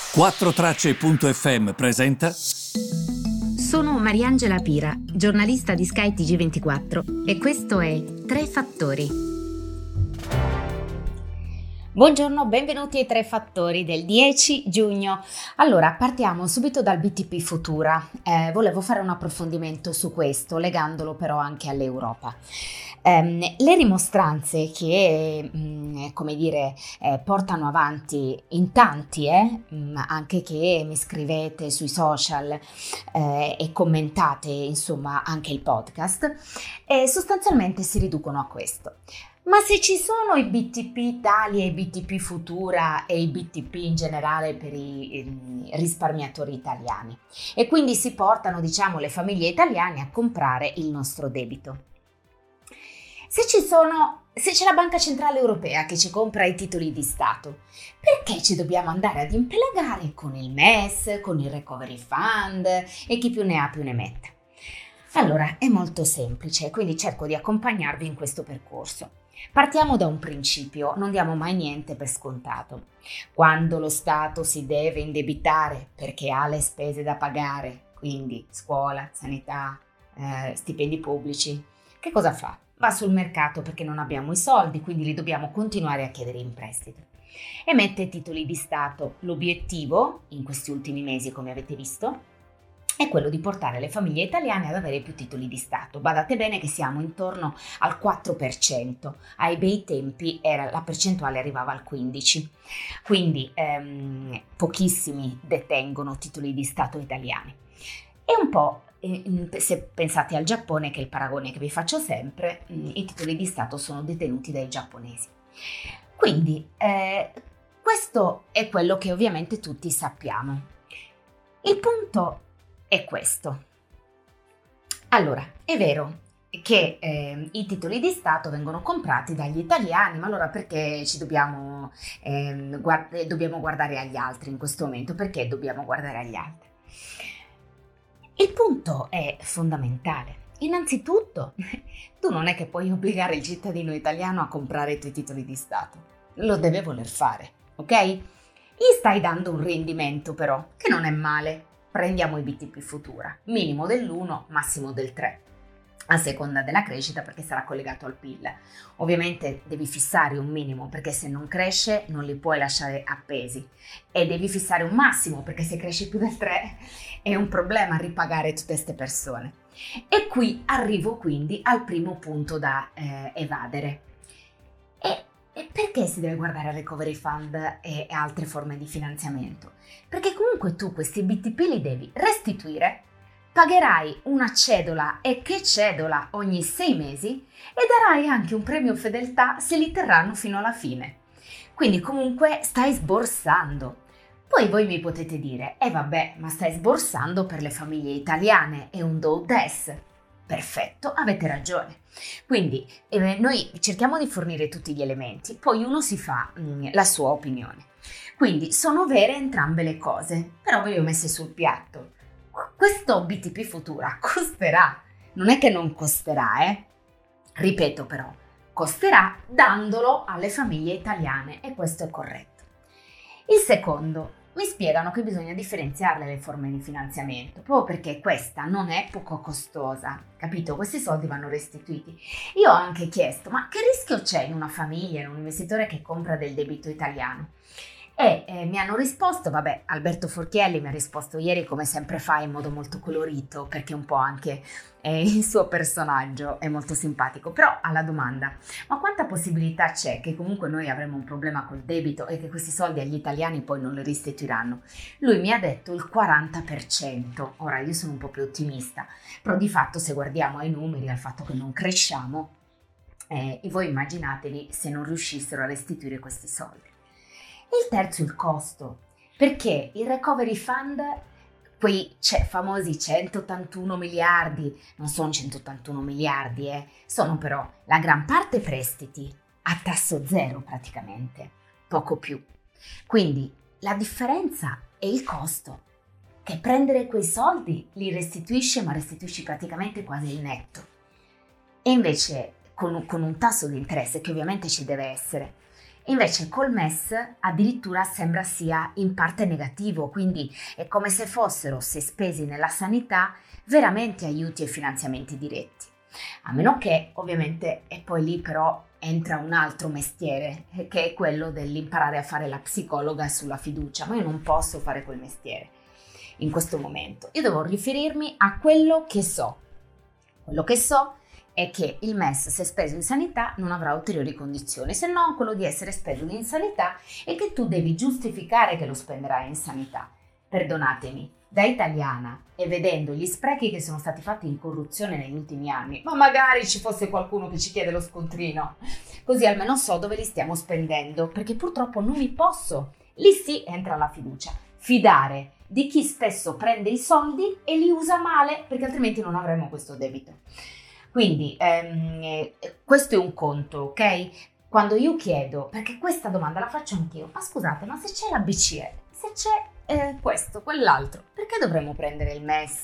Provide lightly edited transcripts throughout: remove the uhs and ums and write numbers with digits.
4Tracce.fm presenta. Sono Mariangela Pira, giornalista di Sky TG24 e questo è Tre Fattori. Buongiorno, benvenuti ai Tre Fattori del 10 giugno. Allora, partiamo subito dal BTP Futura. Volevo fare un approfondimento su questo, legandolo però anche all'Europa. Le rimostranze che, portano avanti in tanti, anche che mi scrivete sui social e commentate, insomma, anche il podcast, sostanzialmente si riducono a questo. Ma se ci sono i BTP Italia, i BTP Futura e i BTP in generale per i risparmiatori italiani, e quindi si portano, le famiglie italiane a comprare il nostro debito. Se c'è la Banca Centrale Europea che ci compra i titoli di Stato, perché ci dobbiamo andare ad impelagare con il MES, con il Recovery Fund e chi più ne ha più ne metta? Allora, è molto semplice, quindi cerco di accompagnarvi in questo percorso. Partiamo da un principio, non diamo mai niente per scontato. Quando lo Stato si deve indebitare perché ha le spese da pagare, quindi scuola, sanità, stipendi pubblici, che cosa fa? Va sul mercato perché non abbiamo i soldi, quindi li dobbiamo continuare a chiedere in prestito. Emette titoli di Stato. L'obiettivo, in questi ultimi mesi, come avete visto, è quello di portare le famiglie italiane ad avere più titoli di Stato. Badate bene che siamo intorno al 4%, ai bei tempi la percentuale arrivava al 15%, quindi pochissimi detengono titoli di Stato italiani. E un po', se pensate al Giappone, che è il paragone che vi faccio sempre, i titoli di Stato sono detenuti dai giapponesi. Quindi questo è quello che ovviamente tutti sappiamo. Il punto è questo. Allora, è vero che i titoli di Stato vengono comprati dagli italiani, ma allora perché dobbiamo guardare agli altri in questo momento? Perché dobbiamo guardare agli altri? Il punto è fondamentale. Innanzitutto, tu non è che puoi obbligare il cittadino italiano a comprare i tuoi titoli di Stato. Lo deve voler fare, ok? Gli stai dando un rendimento però, che non è male. Prendiamo i BTP Futura, minimo dell'1, massimo del 3, a seconda della crescita perché sarà collegato al PIL. Ovviamente devi fissare un minimo perché se non cresce non li puoi lasciare appesi e devi fissare un massimo perché se cresce più del 3 è un problema ripagare tutte queste persone. E qui arrivo quindi al primo punto da evadere. E perché si deve guardare al Recovery Fund e altre forme di finanziamento? Perché comunque tu questi BTP li devi restituire, pagherai una cedola e che cedola ogni 6 mesi e darai anche un premio fedeltà se li terranno fino alla fine. Quindi comunque stai sborsando. Poi voi mi potete dire, vabbè, ma stai sborsando per le famiglie italiane, è un do des. Perfetto, avete ragione. Quindi noi cerchiamo di fornire tutti gli elementi, poi uno si fa la sua opinione. Quindi sono vere entrambe le cose, però ve le ho messe sul piatto. Questo BTP Futura costerà, non è che non costerà, ripeto però, costerà dandolo alle famiglie italiane e questo è corretto. Il secondo, mi spiegano che bisogna differenziarle le forme di finanziamento, proprio perché questa non è poco costosa, capito? Questi soldi vanno restituiti. Io ho anche chiesto, ma che rischio c'è in una famiglia, in un investitore che compra del debito italiano? E mi hanno risposto, Alberto Forchielli mi ha risposto ieri come sempre fa in modo molto colorito perché un po' anche il suo personaggio è molto simpatico, però alla domanda, ma quanta possibilità c'è che comunque noi avremo un problema col debito e che questi soldi agli italiani poi non li restituiranno? Lui mi ha detto il 40%, ora io sono un po' più ottimista, però di fatto se guardiamo ai numeri, al fatto che non cresciamo, e voi immaginatevi se non riuscissero a restituire questi soldi. Il terzo, il costo, perché il Recovery Fund, quei famosi 181 miliardi, non sono 181 miliardi, sono però la gran parte prestiti a tasso zero praticamente, poco più. Quindi la differenza è il costo, che prendere quei soldi li restituisce, ma restituisci praticamente quasi il netto. E invece con un tasso di interesse che ovviamente ci deve essere, Invece col MES addirittura sembra sia in parte negativo, quindi è come se fossero, se spesi nella sanità, veramente aiuti e finanziamenti diretti. A meno che, ovviamente, e poi lì però entra un altro mestiere, che è quello dell'imparare a fare la psicologa sulla fiducia, ma io non posso fare quel mestiere in questo momento. Io devo riferirmi a quello che so. Quello che so è che il MES, se speso in sanità, non avrà ulteriori condizioni, se non quello di essere speso in sanità e che tu devi giustificare che lo spenderai in sanità. Perdonatemi, da italiana e vedendo gli sprechi che sono stati fatti in corruzione negli ultimi anni, ma magari ci fosse qualcuno che ci chiede lo scontrino, così almeno so dove li stiamo spendendo, perché purtroppo non mi posso, lì sì entra la fiducia, fidare di chi spesso prende i soldi e li usa male, perché altrimenti non avremo questo debito. Quindi questo è un conto, ok? Quando io chiedo, perché questa domanda la faccio anch'io, ma scusate, ma se c'è la BCE, se c'è questo, quell'altro, perché dovremmo prendere il MES?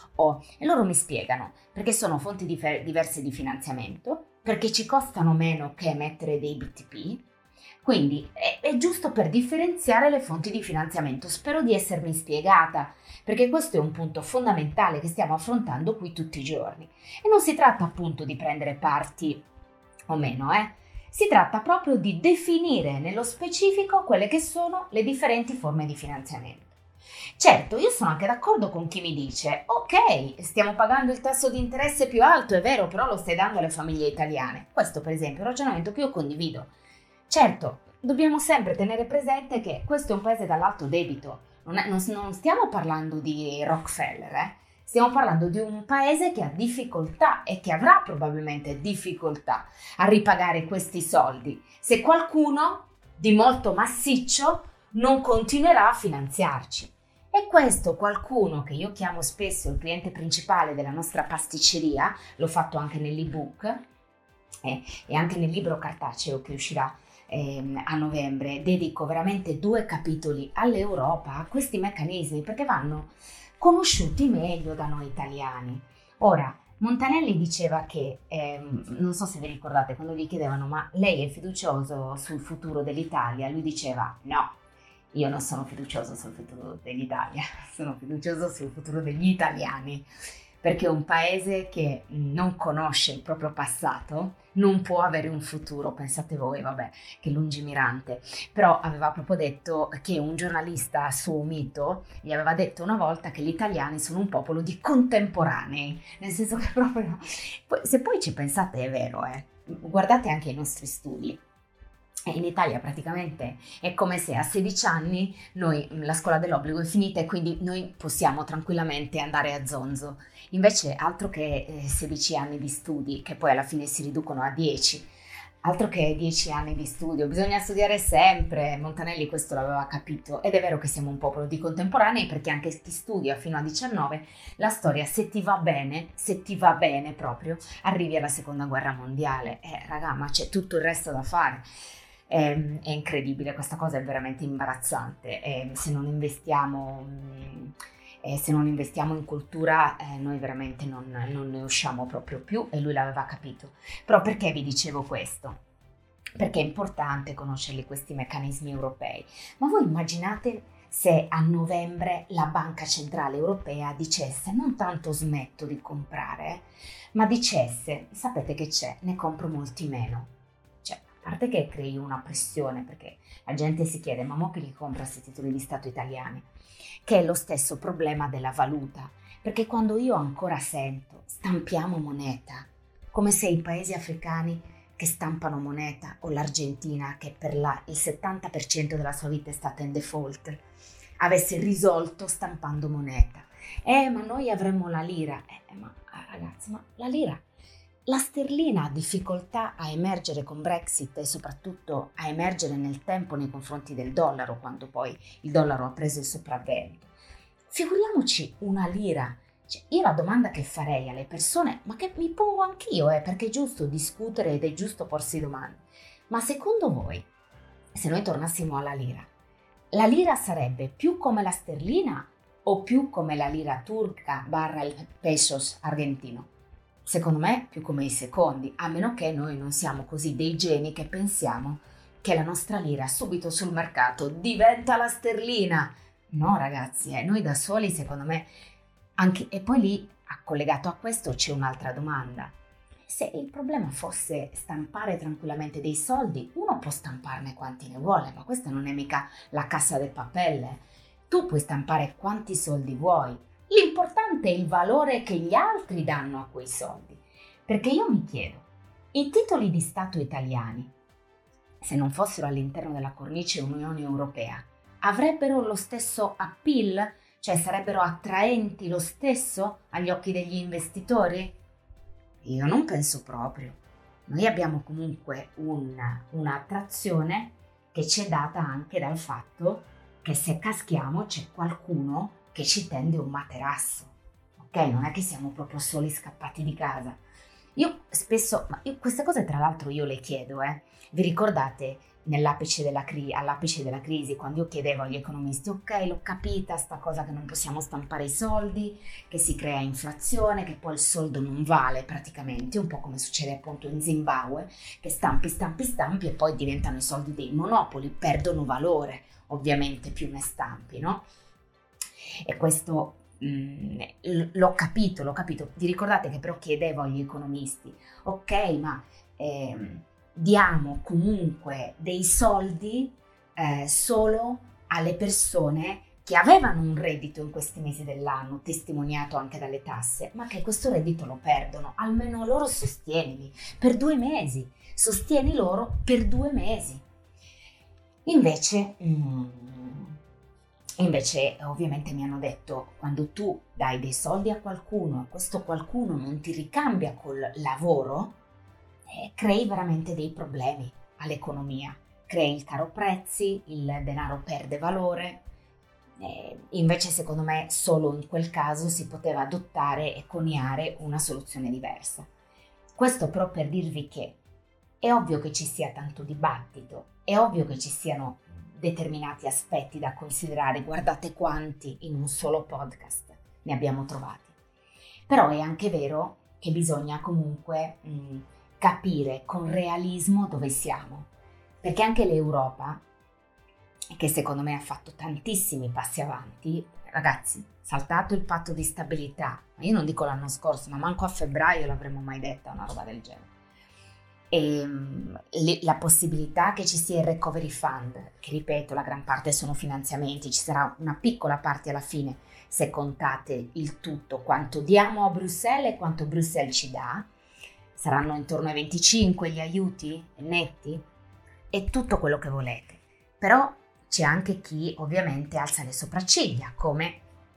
E loro mi spiegano, perché sono fonti diverse di finanziamento, perché ci costano meno che emettere dei BTP, quindi è giusto per differenziare le fonti di finanziamento. Spero di essermi spiegata, perché questo è un punto fondamentale che stiamo affrontando qui tutti i giorni. E non si tratta appunto di prendere parti o meno, Si tratta proprio di definire nello specifico quelle che sono le differenti forme di finanziamento. Certo, io sono anche d'accordo con chi mi dice, ok, stiamo pagando il tasso di interesse più alto, è vero, però lo stai dando alle famiglie italiane. Questo per esempio è un ragionamento che io condivido. Certo, dobbiamo sempre tenere presente che questo è un paese dall'alto debito, non stiamo parlando di Rockefeller, Stiamo parlando di un paese che ha difficoltà e che avrà probabilmente difficoltà a ripagare questi soldi se qualcuno di molto massiccio non continuerà a finanziarci. E questo qualcuno, che io chiamo spesso il cliente principale della nostra pasticceria, l'ho fatto anche nell'ebook e anche nel libro cartaceo che uscirà a novembre, dedico veramente 2 capitoli all'Europa, a questi meccanismi, perché vanno conosciuti meglio da noi italiani. Ora, Montanelli diceva che, non so se vi ricordate, quando gli chiedevano ma lei è fiducioso sul futuro dell'Italia, lui diceva no, io non sono fiducioso sul futuro dell'Italia, sono fiducioso sul futuro degli italiani, perché un paese che non conosce il proprio passato non può avere un futuro, pensate voi, vabbè, che lungimirante. Però aveva proprio detto che un giornalista su un mito gli aveva detto una volta che gli italiani sono un popolo di contemporanei, nel senso che proprio, se poi ci pensate è vero, guardate anche i nostri studi. In Italia praticamente è come se a 16 anni noi, la scuola dell'obbligo è finita e quindi noi possiamo tranquillamente andare a zonzo. Invece altro che 16 anni di studi, che poi alla fine si riducono a 10, altro che 10 anni di studio, bisogna studiare sempre. Montanelli questo l'aveva capito ed è vero che siamo un popolo di contemporanei, perché anche chi studia fino a 19, la storia se ti va bene proprio, arrivi alla seconda guerra mondiale. Raga, ma c'è tutto il resto da fare. È incredibile, questa cosa è veramente imbarazzante. Se non investiamo in cultura, noi veramente non ne usciamo proprio più, e lui l'aveva capito. Però perché vi dicevo questo? Perché è importante conoscerli questi meccanismi europei. Ma voi immaginate se a novembre la Banca Centrale Europea dicesse non tanto smetto di comprare, ma dicesse sapete che c'è, ne compro molti meno. A parte che crei una pressione, perché la gente si chiede ma mo che li compra questi titoli di Stato italiani? Che è lo stesso problema della valuta, perché quando io ancora sento stampiamo moneta, come se i paesi africani che stampano moneta o l'Argentina che per il 70% della sua vita è stata in default avesse risolto stampando moneta. Ma noi avremmo la lira. Ragazzi, ma la lira... La sterlina ha difficoltà a emergere con Brexit e soprattutto a emergere nel tempo nei confronti del dollaro, quando poi il dollaro ha preso il sopravvento. Figuriamoci una lira. Io la domanda che farei alle persone, ma che mi pongo anch'io, perché è giusto discutere ed è giusto porsi domande. Ma secondo voi, se noi tornassimo alla lira, la lira sarebbe più come la sterlina o più come la lira turca / il pesos argentino? Secondo me più come i secondi, a meno che noi non siamo così dei geni che pensiamo che la nostra lira subito sul mercato diventa la sterlina. No ragazzi, noi da soli secondo me anche, e poi lì collegato a questo c'è un'altra domanda. Se il problema fosse stampare tranquillamente dei soldi, uno può stamparne quanti ne vuole, ma questa non è mica la Cassa de Papel. Tu puoi stampare quanti soldi vuoi. L'importante è il valore che gli altri danno a quei soldi. Perché io mi chiedo, i titoli di Stato italiani, se non fossero all'interno della cornice Unione Europea, avrebbero lo stesso appeal? Cioè sarebbero attraenti lo stesso agli occhi degli investitori? Io non penso proprio. Noi abbiamo comunque un'attrazione che ci è data anche dal fatto che se caschiamo c'è qualcuno che ci tende un materasso. Ok? Non è che siamo proprio soli scappati di casa. Io spesso, queste cose tra l'altro io le chiedo, Vi ricordate all'apice della crisi, quando io chiedevo agli economisti, ok, l'ho capita sta cosa che non possiamo stampare i soldi, che si crea inflazione, che poi il soldo non vale praticamente, un po' come succede appunto in Zimbabwe, che stampi e poi diventano i soldi dei monopoli, perdono valore, ovviamente più ne stampi, no? E questo l'ho capito. Vi ricordate che però chiedevo agli economisti, ok, ma diamo comunque dei soldi solo alle persone che avevano un reddito in questi mesi dell'anno, testimoniato anche dalle tasse, ma che questo reddito lo perdono, almeno loro sostienili per 2 mesi, sostieni loro per 2 mesi. Invece ovviamente mi hanno detto, quando tu dai dei soldi a qualcuno e questo qualcuno non ti ricambia col lavoro, crei veramente dei problemi all'economia, crei il caro prezzi, il denaro perde valore. Invece secondo me solo in quel caso si poteva adottare e coniare una soluzione diversa. Questo però per dirvi che è ovvio che ci sia tanto dibattito, è ovvio che ci siano determinati aspetti da considerare, guardate quanti in un solo podcast ne abbiamo trovati. Però è anche vero che bisogna comunque capire con realismo dove siamo, perché anche l'Europa, che secondo me ha fatto tantissimi passi avanti, ragazzi, saltato il patto di stabilità, ma io non dico l'anno scorso, ma manco a febbraio l'avremmo mai detta una roba del genere. E la possibilità che ci sia il recovery fund, che ripeto la gran parte sono finanziamenti, ci sarà una piccola parte alla fine se contate il tutto, quanto diamo a Bruxelles e quanto Bruxelles ci dà, saranno intorno ai 25 gli aiuti netti e tutto quello che volete, però c'è anche chi ovviamente alza le sopracciglia come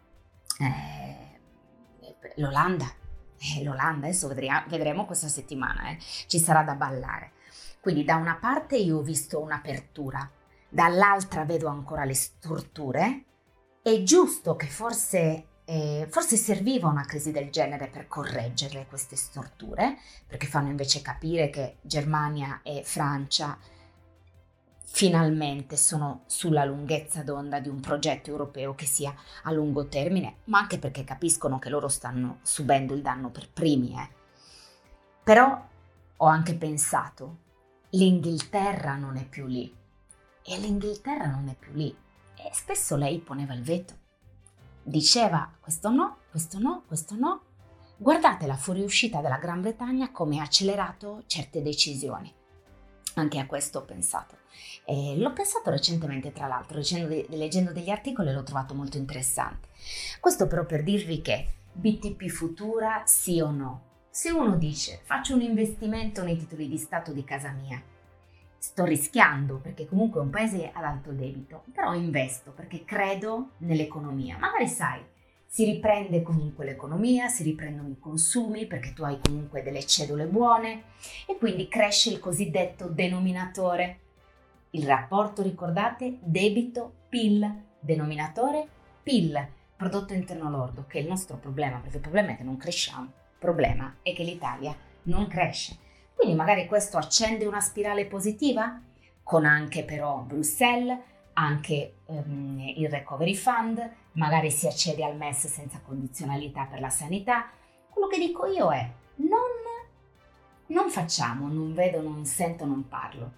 l'Olanda. L'Olanda, adesso vedremo questa settimana, ci sarà da ballare. Quindi da una parte io ho visto un'apertura, dall'altra vedo ancora le storture. È giusto che forse serviva una crisi del genere per correggerle queste storture, perché fanno invece capire che Germania e Francia finalmente sono sulla lunghezza d'onda di un progetto europeo che sia a lungo termine, ma anche perché capiscono che loro stanno subendo il danno per primi. Però ho anche pensato, l'Inghilterra non è più lì, e l'Inghilterra non è più lì, e spesso lei poneva il veto. Diceva questo no, questo no, questo no. Guardate la fuoriuscita della Gran Bretagna come ha accelerato certe decisioni. Anche a questo ho pensato. L'ho pensato recentemente, tra l'altro, leggendo degli articoli, l'ho trovato molto interessante. Questo però per dirvi che BTP Futura sì o no. Se uno dice faccio un investimento nei titoli di Stato di casa mia, sto rischiando perché comunque è un paese ad alto debito, però investo perché credo nell'economia. Magari sai, si riprende comunque l'economia, si riprendono i consumi perché tu hai comunque delle cedole buone e quindi cresce il cosiddetto denominatore. Il rapporto, ricordate, debito-PIL, denominatore PIL, prodotto interno lordo, che è il nostro problema, perché il problema è che non cresciamo, il problema è che l'Italia non cresce. Quindi magari questo accende una spirale positiva, con anche però Bruxelles, anche il recovery fund, magari si accede al MES senza condizionalità per la sanità. Quello che dico io è non facciamo, non vedo, non sento, non parlo.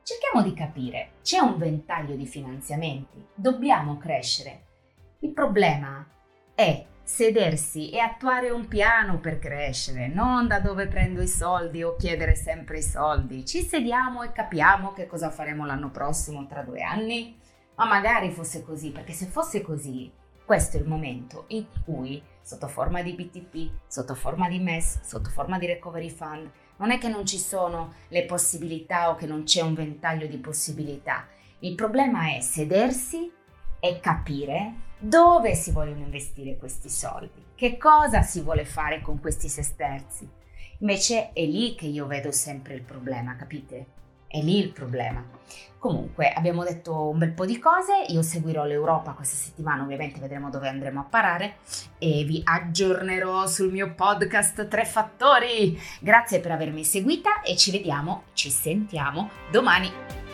cerchiamo di capire, c'è un ventaglio di finanziamenti, dobbiamo crescere. Il problema è sedersi e attuare un piano per crescere, non da dove prendo i soldi o chiedere sempre i soldi. Ci sediamo e capiamo che cosa faremo l'anno prossimo, tra 2 anni? Ma magari fosse così, perché se fosse così, questo è il momento in cui, sotto forma di BTP, sotto forma di MES, sotto forma di Recovery Fund, non è che non ci sono le possibilità o che non c'è un ventaglio di possibilità. Il problema è sedersi e capire dove si vogliono investire questi soldi, che cosa si vuole fare con questi sesterzi. Invece è lì che io vedo sempre il problema, capite? È lì il problema. Comunque abbiamo detto un bel po' di cose, io seguirò l'Europa questa settimana, ovviamente vedremo dove andremo a parare e vi aggiornerò sul mio podcast 3 fattori. Grazie per avermi seguita e ci sentiamo domani.